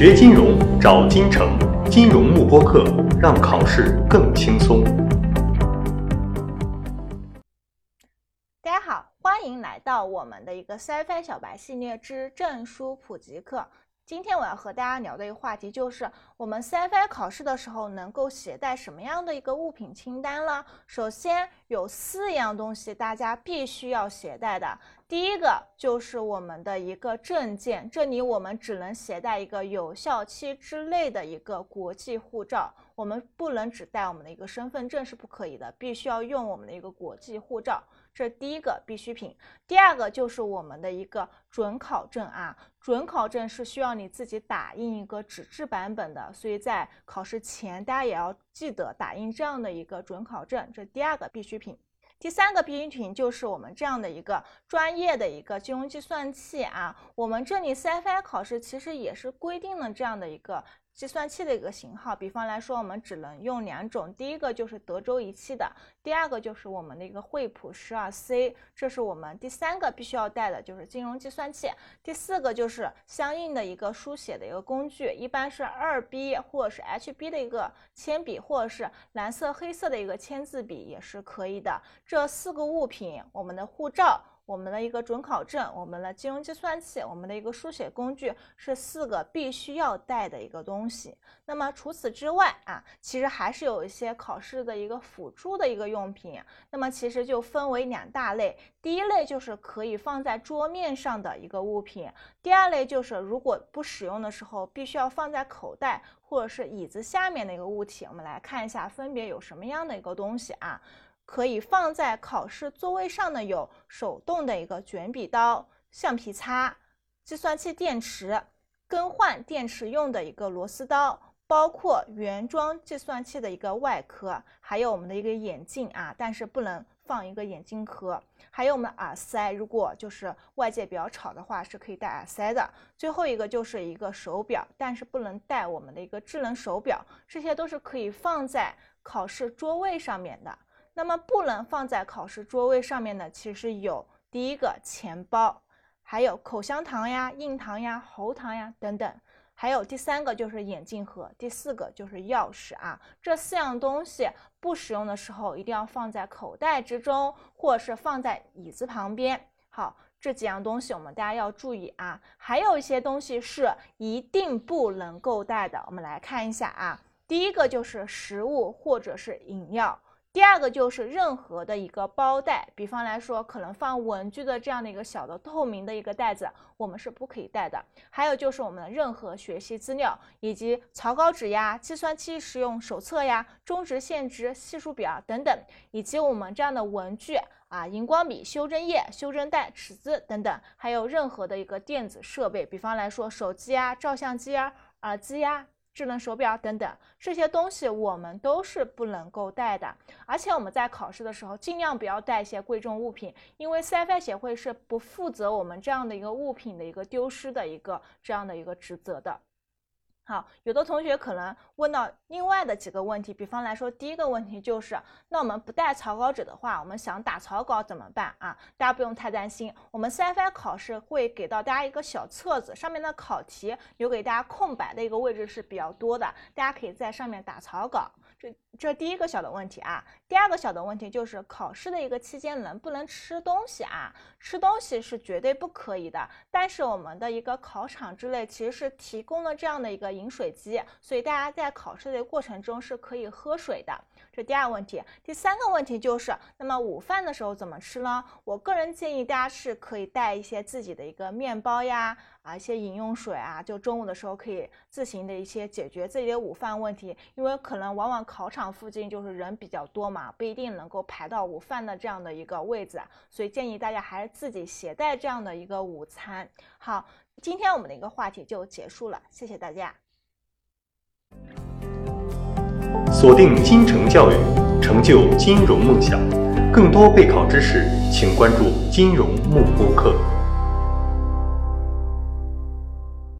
学金融找金城，金融慕播课，让考试更轻松。 大家好，欢迎来到我们的一个 Sci-Fi 小白系列之证书普及课。今天我要和大家聊的一个话题就是我们 Sci-Fi 考试的时候能够携带什么样的一个物品清单了。首先有4样东西大家必须要携带的。第一个就是我们的一个证件，这里我们只能携带一个有效期之内的一个国际护照，我们不能只带我们的一个身份证是不可以的，必须要用我们的一个国际护照，这是第一个必需品。第二个就是我们的一个准考证啊，准考证是需要你自己打印一个纸质版本的，所以在考试前大家也要记得打印这样的一个准考证，这是第二个必需品。第三个必需品就是我们这样的一个专业的一个金融计算器啊，我们这里 Sci-Fi 考试其实也是规定了这样的一个计算器的一个型号，比方来说我们只能用2种，第一个就是德州仪器的，第二个就是我们的一个惠普 12C， 这是我们第3个必须要带的，就是金融计算器。第4个就是相应的一个书写的一个工具，一般是2B 或者是 HB 的一个铅笔，或者是蓝色黑色的一个签字笔也是可以的。这4个物品，我们的护照，我们的一个准考证，我们的金融计算器，我们的一个书写工具，是4个必须要带的一个东西。那么除此之外啊，其实还是有一些考试的一个辅助的一个用品，那么其实就分为2大类。第一类就是可以放在桌面上的一个物品，第二类就是如果不使用的时候必须要放在口袋或者是椅子下面的一个物体。我们来看一下分别有什么样的一个东西啊。可以放在考试座位上的有手动的一个卷笔刀、橡皮擦、计算器电池、更换电池用的一个螺丝刀，包括原装计算器的一个外壳，还有我们的一个眼镜啊，但是不能放一个眼镜壳，还有我们的耳塞，如果就是外界比较吵的话是可以戴耳塞的。最后一个就是一个手表，但是不能带我们的一个智能手表，这些都是可以放在考试桌位上面的。那么不能放在考试桌位上面的其实有第一个钱包，还有口香糖呀、硬糖呀、喉糖呀等等，还有第3个就是眼镜盒，第4个就是钥匙啊。这4样东西不使用的时候一定要放在口袋之中，或者是放在椅子旁边。好，这几样东西我们大家要注意啊。还有一些东西是一定不能够带的，我们来看一下啊。第一个就是食物或者是饮料。第2个就是任何的一个包袋，比方来说可能放文具的这样的一个小的透明的一个袋子，我们是不可以带的。还有就是我们的任何学习资料，以及草稿纸呀、计算机使用手册呀、中值、现值、系数表等等，以及我们这样的文具啊、荧光笔、修正液、修正带、尺子等等，还有任何的一个电子设备，比方来说手机啊、照相机啊、耳机呀、智能手表等等，这些东西我们都是不能够带的。而且我们在考试的时候尽量不要带一些贵重物品，因为 Sci-Fi 协会是不负责我们这样的一个物品的一个丢失的这样的一个职责的。好，有的同学可能问到另外的几个问题，比方来说第一个问题就是，那我们不带草稿纸的话，我们想打草稿怎么办啊？大家不用太担心，我们 Sci-Fi 考试会给到大家一个小册子，上面的考题留给大家空白的一个位置是比较多的，大家可以在上面打草稿。这第一个小的问题啊。第2个小的问题就是考试的一个期间能不能吃东西啊？吃东西是绝对不可以的，但是我们的一个考场之内其实是提供了这样的一个饮水机，所以大家在考试的过程中是可以喝水的。这第2个问题。第3个问题就是，那么午饭的时候怎么吃呢？我个人建议大家是可以带一些自己的一个面包呀，一些饮用水啊，就中午的时候可以自行的一些解决自己的午饭问题，因为可能往往考场附近就是人比较多嘛，不一定能够排到午饭的这样的一个位置，所以建议大家还是自己携带这样的一个午餐。好，今天我们的一个话题就结束了，谢谢大家。 锁定金城教育，成就金融梦想。更多备考知识，请关注金融慕播课。